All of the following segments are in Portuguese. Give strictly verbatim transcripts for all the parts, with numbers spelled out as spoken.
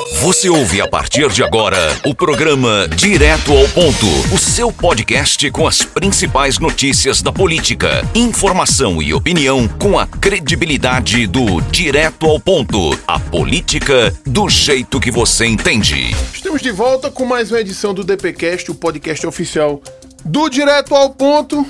Você ouve a partir de agora o programa Direto ao Ponto, o seu podcast com as principais notícias da política, informação e opinião com a credibilidade do Direto ao Ponto, a política do jeito que você entende. Estamos de volta com mais uma edição do DPcast, o podcast oficial do Direto ao Ponto.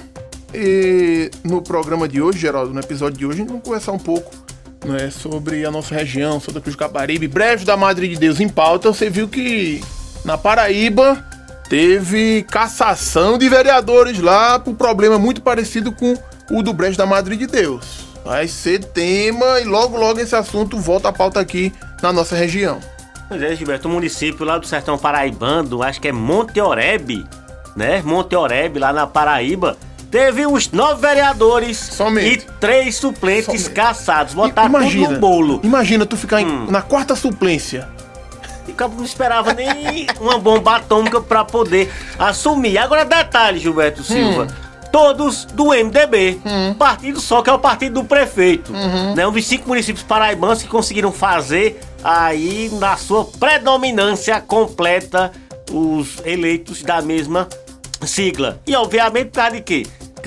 E no programa de hoje, Geraldo, no episódio de hoje, a gente vai conversar um pouco, né, sobre a nossa região, sobre a Cruz do Caparibe, Brejo da Madre de Deus em pauta. Você viu que na Paraíba teve cassação de vereadores lá por problema muito parecido com o do Brejo da Madre de Deus. Vai ser tema e logo logo esse assunto volta à pauta aqui na nossa região. Pois é, Gilberto, o município lá do sertão paraibano, acho que é Monte Oreb, né? Monte Oreb, lá na Paraíba, teve os nove vereadores Somente. e três suplentes Somente. cassados. Botaram Imagina, tudo no bolo. Imagina tu ficar Hum. em, na quarta suplência. E o cabo não esperava nem uma bomba atômica pra poder assumir. Agora, detalhe, Gilberto Silva. Hum. Todos do M D B. Hum. Partido só, que é o partido do prefeito. Uhum. Né? Um dos cinco municípios paraibanos que conseguiram fazer aí, na sua predominância completa, os eleitos da mesma sigla. E, obviamente, por causa de quê?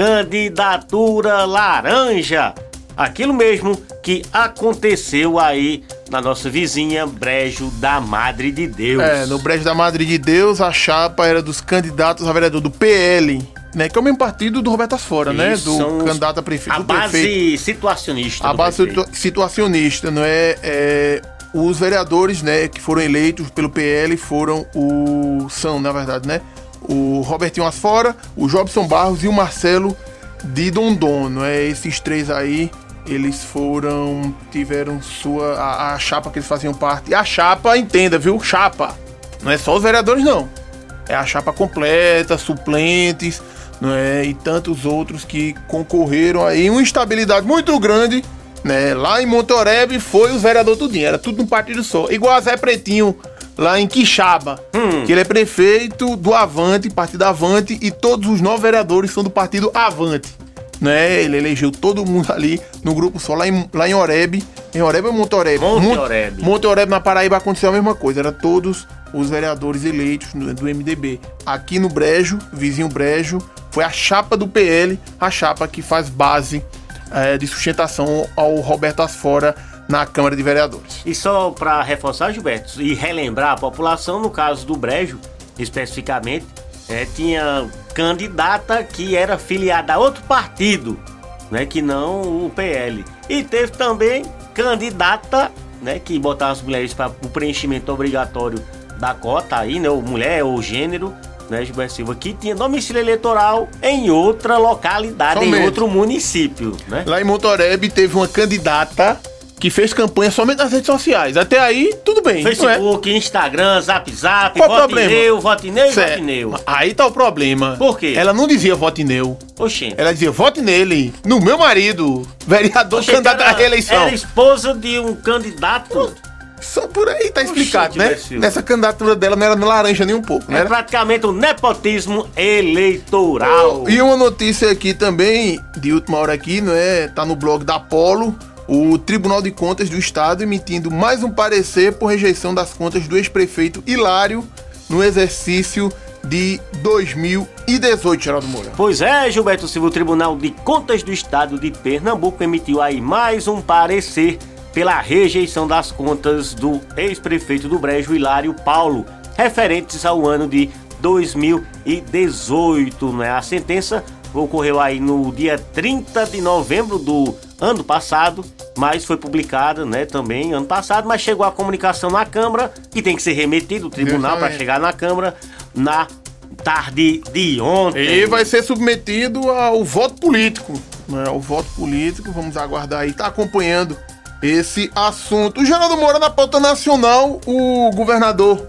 Candidatura laranja. Aquilo mesmo que aconteceu aí na nossa vizinha Brejo da Madre de Deus. É, no Brejo da Madre de Deus, a chapa era dos candidatos a vereador do P L, né? Que é o mesmo partido do Roberto Asfora, né? Isso, Do são os- candidato a prefeito. A do base prefeito. situacionista. A do base prefeito. situa- situacionista, não é? É, os vereadores, né, que foram eleitos pelo P L foram o... São, na verdade, né? O Robertinho Asfora, o Jobson Barros e o Marcelo de Dondon, não é? Esses três aí, eles foram... Tiveram sua... A, a chapa que eles faziam parte. E a chapa, entenda, viu? Chapa. Não é só os vereadores, não. É a chapa completa, suplentes, não é? E tantos outros que concorreram aí. Uma instabilidade muito grande, né? Lá em Monte Oreb foi os vereadores tudinho. Era tudo num partido só. Igual a Zé Pretinho, lá em Quixaba. Hum. Que ele é prefeito do Avante, partido Avante. E todos os nove vereadores são do partido Avante. Né? Ele elegeu todo mundo ali no grupo só, lá em, lá em Oreb. Em Oreb ou Monte Oreb? Monte Mon- Oreb. Monte Oreb, na Paraíba, aconteceu a mesma coisa. Era todos os vereadores eleitos do, do M D B. Aqui no Brejo, vizinho Brejo, foi a chapa do P L, a chapa que faz base é, de sustentação ao Roberto Asfora na Câmara de Vereadores. E só para reforçar, Gilberto, e relembrar a população, no caso do Brejo, especificamente, é, tinha candidata que era filiada a outro partido, né, que não o P L. E teve também candidata, né, que botava as mulheres para o preenchimento obrigatório da cota aí, né, ou mulher ou gênero, né, Gilberto Silva, que tinha domicílio eleitoral em outra localidade, Somente. em outro município, né? Lá em Monte Oreb teve uma candidata que fez campanha somente nas redes sociais. Até aí, tudo bem. não é? Facebook, Instagram, Zap Zap, Qual o vote problema? Neu, vote Neu, Certo. vote Neu. Aí tá o problema. Por quê? Ela não dizia vote neu. Oxente. Ela dizia vote nele, no meu marido, vereador Oxente, candidato à era- reeleição. Era esposa de um candidato. Só por aí tá explicado, Oxente, né? Gilberto Silva. Nessa candidatura dela não era laranja nem um pouco, É né? praticamente um nepotismo eleitoral. E uma notícia aqui também, de última hora aqui, não é? Tá no blog da Polo. O Tribunal de Contas do Estado emitindo mais um parecer por rejeição das contas do ex-prefeito Hilário no exercício de dois mil e dezoito, Geraldo Moura. Pois é, Gilberto Silva, o Tribunal de Contas do Estado de Pernambuco emitiu aí mais um parecer pela rejeição das contas do ex-prefeito do Brejo, Hilário Paulo, referentes ao ano de dois mil e dezoito, né? A sentença ocorreu aí no dia trinta de novembro do ano passado, mas foi publicada, né, também ano passado, mas chegou a comunicação na Câmara e tem que ser remetido ao tribunal para Exatamente. chegar na Câmara na tarde de ontem. E vai ser submetido ao voto político, né? Ao voto político, vamos aguardar aí, tá acompanhando esse assunto. O Geraldo Moura, na pauta nacional, o governador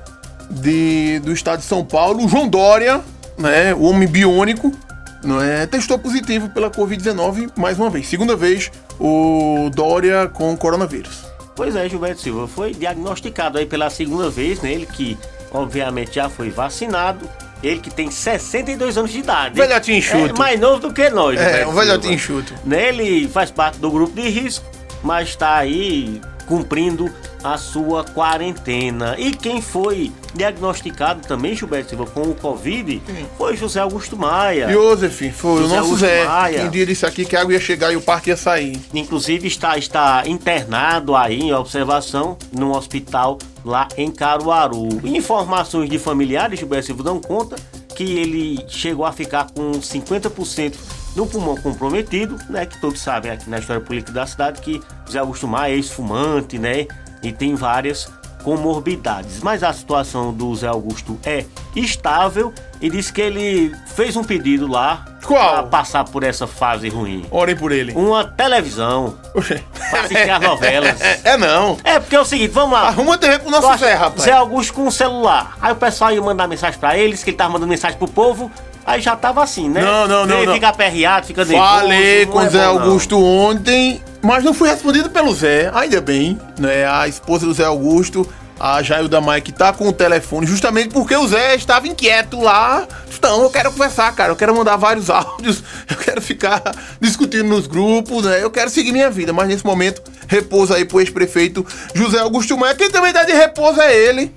de, do estado de São Paulo, João Dória, né, o homem biônico, não é, testou positivo pela covid dezenove mais uma vez. Segunda vez, o Dória com coronavírus. Pois é, Gilberto Silva, foi diagnosticado aí pela segunda vez, né? Ele que obviamente já foi vacinado, ele que tem sessenta e dois anos de idade. Velhotinho enxuto. É mais novo do que nós, É, Gilberto um velhotinho Silva. enxuto. Né, ele faz parte do grupo de risco, mas está aí cumprindo a sua quarentena. E quem foi diagnosticado também, Gilberto Silva, com o Covid, Sim. foi José Augusto Maia. Joseph, foi José o nosso Zé. Maia. Um dia disse aqui que a água ia chegar e o parque ia sair. Inclusive está, está internado aí em observação num hospital lá em Caruaru. Informações de familiares, Gilberto Silva, dão conta que ele chegou a ficar com cinquenta por cento no pulmão comprometido, né? Que todos sabem aqui na história política da cidade que José Augusto Maia é ex-fumante, né? E tem várias comorbidades. Mas a situação do Zé Augusto é estável e diz que ele fez um pedido lá para passar por essa fase ruim. Orem por ele. Uma televisão para assistir as novelas. É, é não. É, porque é o seguinte, vamos lá. Arruma T V pro nosso Zé, rapaz. Zé Augusto com um celular. Aí o pessoal ia mandar mensagem para eles, que ele tava mandando mensagem pro povo. Aí já tava assim, né? Não, não, não. Ele não. fica aperreado, fica nervoso. Falei com o é Zé bom, Augusto não. ontem, mas não fui respondido pelo Zé, ainda bem, né? A esposa do Zé Augusto, a Jailda Maia, que tá com o telefone, justamente porque o Zé estava inquieto lá. Então, eu quero conversar, cara, eu quero mandar vários áudios, eu quero ficar discutindo nos grupos, né? Eu quero seguir minha vida, mas nesse momento, repouso aí pro ex-prefeito José Augusto Maia. Quem também dá de repouso é ele,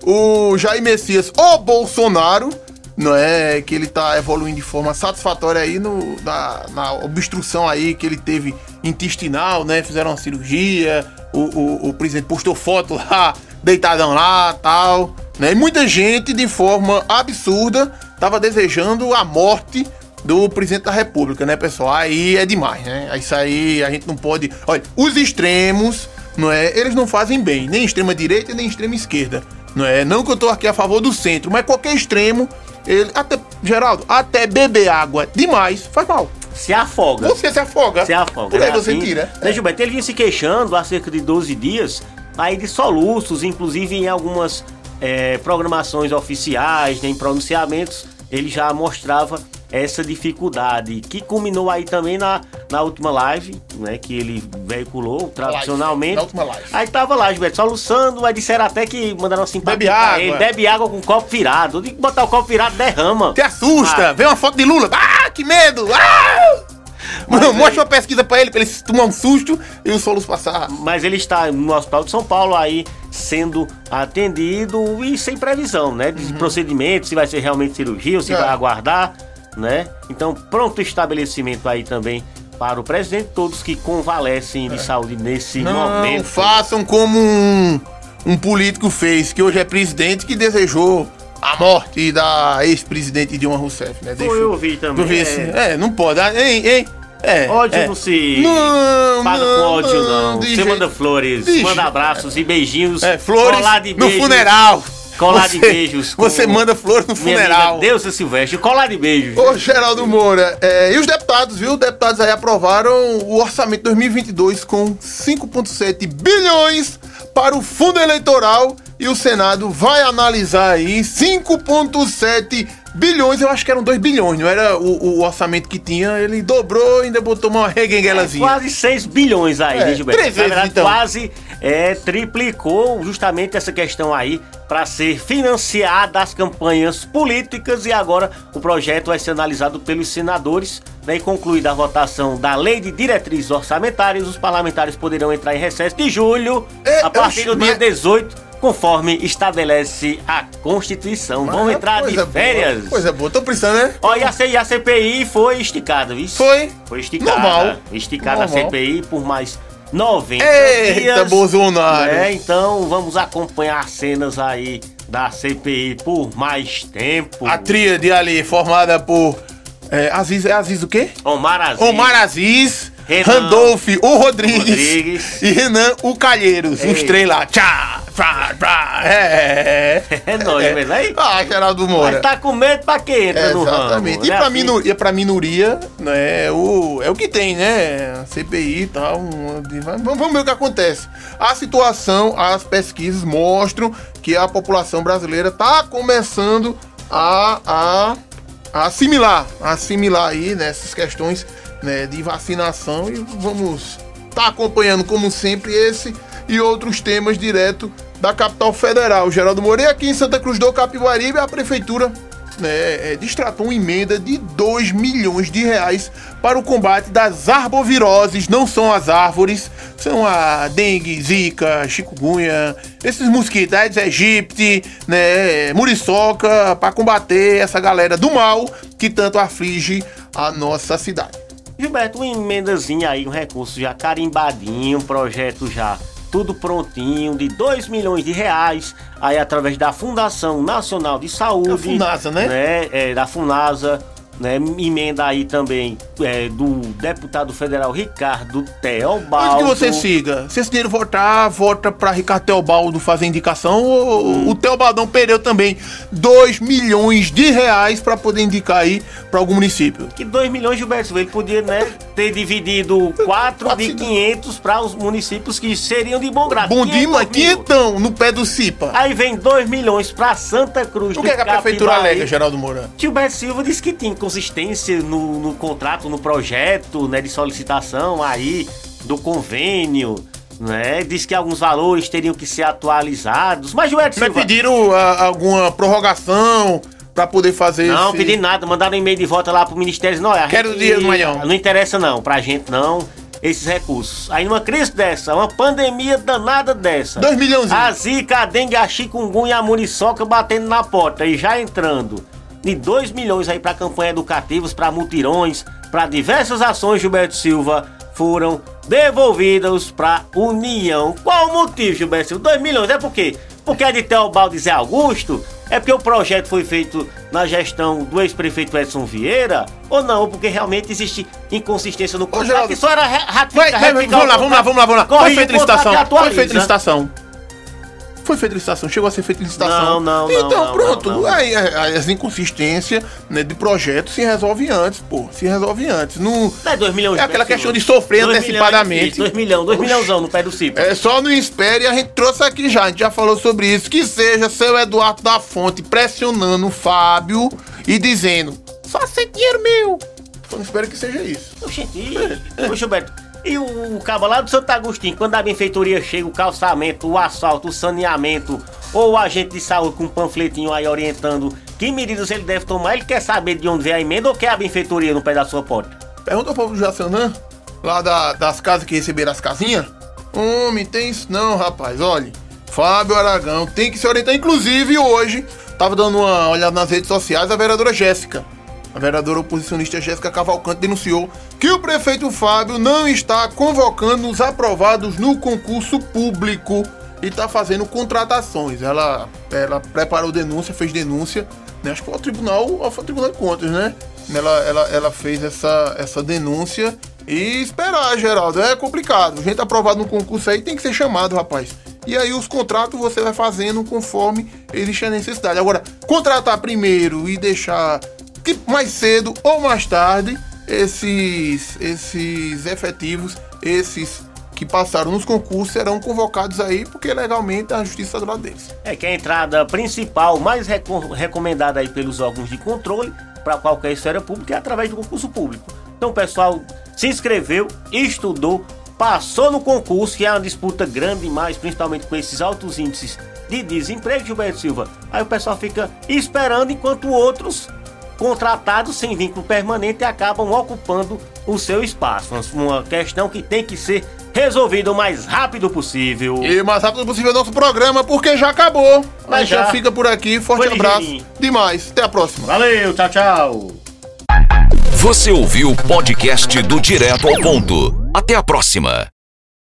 o Jair Messias, o Bolsonaro, não é, que ele tá evoluindo de forma satisfatória aí no, na, na obstrução aí que ele teve intestinal, né? Fizeram uma cirurgia, o, o, o presidente postou foto lá, deitadão lá, tal, né? E muita gente, de forma absurda, tava desejando a morte do presidente da República, né, pessoal? Aí é demais, né? Isso aí a gente não pode... Olha, os extremos, não é? Eles não fazem bem, nem extrema direita, nem extrema esquerda, não é? Não que eu tô aqui a favor do centro, mas qualquer extremo, ele, até, Geraldo, até beber água demais faz mal. Se afoga. Você se afoga. Se afoga. Por aí né? você assim, tira. Né, Gilberto? Ele vinha se queixando há cerca de doze dias aí de soluços, inclusive em algumas é, programações oficiais, né, em pronunciamentos, ele já mostrava essa dificuldade, que culminou aí também na, na última live, né, que ele veiculou tradicionalmente. Na última live. Aí tava lá, Gilberto, soluçando, aí disseram até que mandaram assim pra bebe água. ele, bebe água com o copo virado. De botar o copo virado, derrama. Te assusta, ah. vê uma foto de Lula, ah, que medo, ah! Mano, mostra uma pesquisa pra ele, pra ele tomar um susto e o soluço passar. Mas ele está no Hospital de São Paulo aí, sendo atendido e sem previsão, né, de uhum. procedimento, se vai ser realmente cirurgia ou se é. vai aguardar, né? Então, pronto estabelecimento aí também para o presidente, todos que convalescem de é. saúde nesse Não, momento. Não façam como um, um político fez, que hoje é presidente, que desejou a morte da ex-presidente Dilma Rousseff, né? Deixa eu ouvir também. É. Esse, é, não pode, hein, hein? É, ódio é. não se não, paga não, com ódio, não. não. Você jeito, manda flores, manda abraços e beijinhos. É, flores colar de no beijos, funeral. Colar você, de beijos. Com você manda flores no funeral. Deus, Silvestre, colar de beijos. Ô, Geraldo Moura, é, e os deputados, viu? Os deputados aí aprovaram o orçamento dois mil e vinte e dois com cinco vírgula sete bilhões para o fundo eleitoral e o Senado vai analisar aí cinco vírgula sete bilhões, eu acho que eram dois bilhões, não era o, o orçamento que tinha, ele dobrou e ainda botou uma reguenguelazinha. É, quase seis bilhões aí, é, né, Gilberto? Três Na vezes, verdade, então. quase é, triplicou justamente essa questão aí para ser financiada as campanhas políticas e agora o projeto vai ser analisado pelos senadores, né, e concluída a votação da Lei de Diretrizes Orçamentárias, os parlamentares poderão entrar em recesso de julho é, a partir do dia dezoito, conforme estabelece a Constituição. Mas vão entrar de férias. Boa, coisa boa, tô precisando, né? Ó, e a, C, a C P I foi esticada, viu? Foi. Foi esticada. Normal. Esticada Normal. a C P I por mais noventa Eita, dias. Eita, Bolsonaro. É, então vamos acompanhar cenas aí da C P I por mais tempo. A tríade ali, formada por é, Aziz, é Aziz o quê? Omar Aziz. Omar Aziz, Renan, Randolph, o Rodrigues, Rodrigues e Renan, o Calheiros. Ei. Os três lá. Tchá, tchá, tchá. É, é nóis, mas aí. Ah, Geraldo Moura. Mas tá com medo pra quem entra é, no ramo. Exatamente. E né? pra, assim? minoria, pra minoria, né, o, é o que tem, né? C P I e tal. Um, vamos, vamos ver o que acontece. A situação, as pesquisas mostram que a população brasileira tá começando a, a, a assimilar, a assimilar aí nessas questões, né, de vacinação, e vamos estar tá acompanhando, como sempre, esse e outros temas direto da capital federal. Geraldo Moreira, aqui em Santa Cruz do Capibaribe, a prefeitura né, é, destratou uma emenda de dois milhões de reais para o combate das arboviroses. Não são as árvores, são a dengue, zika, chikungunya, esses mosquitos, Aedes aegypti, né, muriçoca, para combater essa galera do mal que tanto aflige a nossa cidade. Gilberto, uma emendazinha aí, um recurso já carimbadinho, um projeto já tudo prontinho, de dois milhões de reais, aí através da Fundação Nacional de Saúde. Da Funasa, né? né é, da Funasa, né? Emenda aí também é, do deputado federal Ricardo Teobaldo. Onde que você siga? Se esse dinheiro votar, vota pra Ricardo Teobaldo fazer indicação, ou hum. o Teobaldão perdeu também dois milhões de reais pra poder indicar aí pra algum município. Que dois milhões, Gilberto, ele podia, né, ter dividido quatro de quinhentos para os municípios que seriam de bom grado. Bom demais, quinhentão no pé do Cipa. Aí vem dois milhões pra Santa Cruz do Capibaribe. O que, é que a prefeitura alega, Geraldo Moura? Gilberto Silva disse que tinha consistência no, no contrato, no projeto, né, de solicitação aí do convênio, né? Diz que alguns valores teriam que ser atualizados. Mas, Gilberto Silva... Mas pediram a, alguma prorrogação pra poder fazer... Não, esse... pediram nada. Mandaram um e-mail de volta lá pro Ministério. Não, a Quero gente, dinheiro, manhã. Não interessa não, pra gente não, esses recursos. Aí numa crise dessa, uma pandemia danada dessa... Dois milhões. A zika, a dengue, a chikungunya, a muriçoca batendo na porta e já entrando... de dois milhões aí para campanhas educativas, para mutirões, para diversas ações, Gilberto Silva, foram devolvidas para União. Qual o motivo, Gilberto Silva? dois milhões, é por quê? Porque é de Teobaldo e Zé Augusto? É porque o projeto foi feito na gestão do ex-prefeito Edson Vieira? Ou não? Ou porque realmente existe inconsistência no contrato? Que só era ratificar, vamos lá, vamos lá, vamos lá, vamos lá. Foi feita licitação, foi feita licitação. Foi feita licitação, chegou a ser feita licitação. Não, não, então, não, pronto. não, não. Aí, aí as inconsistências, né, de projeto se resolvem antes, pô. Se resolve antes. Não, não é dois milhões. É aquela questão de sofrer dois antecipadamente. dois milhões, dois milhãozão no pé do Cipa. É só não espere, a gente trouxe aqui já, a gente já falou sobre isso. Que seja seu Eduardo da Fonte pressionando o Fábio e dizendo: só sem dinheiro meu. Eu não espero que seja isso. Oxente, ô Gilberto. E o, o cabo lá do Santo Agostinho, quando a benfeitoria chega, o calçamento, o asfalto, o saneamento, ou o agente de saúde com um panfletinho aí orientando que medidas ele deve tomar, ele quer saber de onde vem a emenda ou quer a benfeitoria no pé da sua porta? Pergunta ao povo do Jaçanã, lá da, das casas que receberam as casinhas. Homem, tem isso não, rapaz. Olha, Fábio Aragão tem que se orientar. Inclusive, hoje, tava dando uma olhada nas redes sociais, a vereadora Jéssica. A vereadora oposicionista Jéssica Cavalcante denunciou que o prefeito Fábio não está convocando os aprovados no concurso público e está fazendo contratações. Ela, ela preparou denúncia, fez denúncia, né? Acho que foi ao tribunal, foi ao Tribunal de Contas, né? Ela, ela, ela fez essa, essa denúncia e esperar, Geraldo, é complicado. Gente aprovado no concurso aí tem que ser chamado, rapaz. E aí os contratos você vai fazendo conforme existe a necessidade. Agora, contratar primeiro e deixar... que mais cedo ou mais tarde, esses, esses efetivos, esses que passaram nos concursos, serão convocados aí, porque legalmente a justiça está do lado deles. É que a entrada principal, mais reco- recomendada aí pelos órgãos de controle, para qualquer esfera pública, é através do concurso público. Então o pessoal se inscreveu, estudou, passou no concurso, que é uma disputa grande demais, principalmente com esses altos índices de desemprego, Gilberto Silva. Aí o pessoal fica esperando, enquanto outros... contratados sem vínculo permanente acabam ocupando o seu espaço. Uma questão que tem que ser resolvida o mais rápido possível. E o mais rápido possível é o nosso programa, porque já acabou. Mas a gente já fica por aqui. Forte abraço. Ligeirinho. Demais. Até a próxima. Valeu, tchau, tchau. Você ouviu o podcast do Direto ao Ponto. Até a próxima.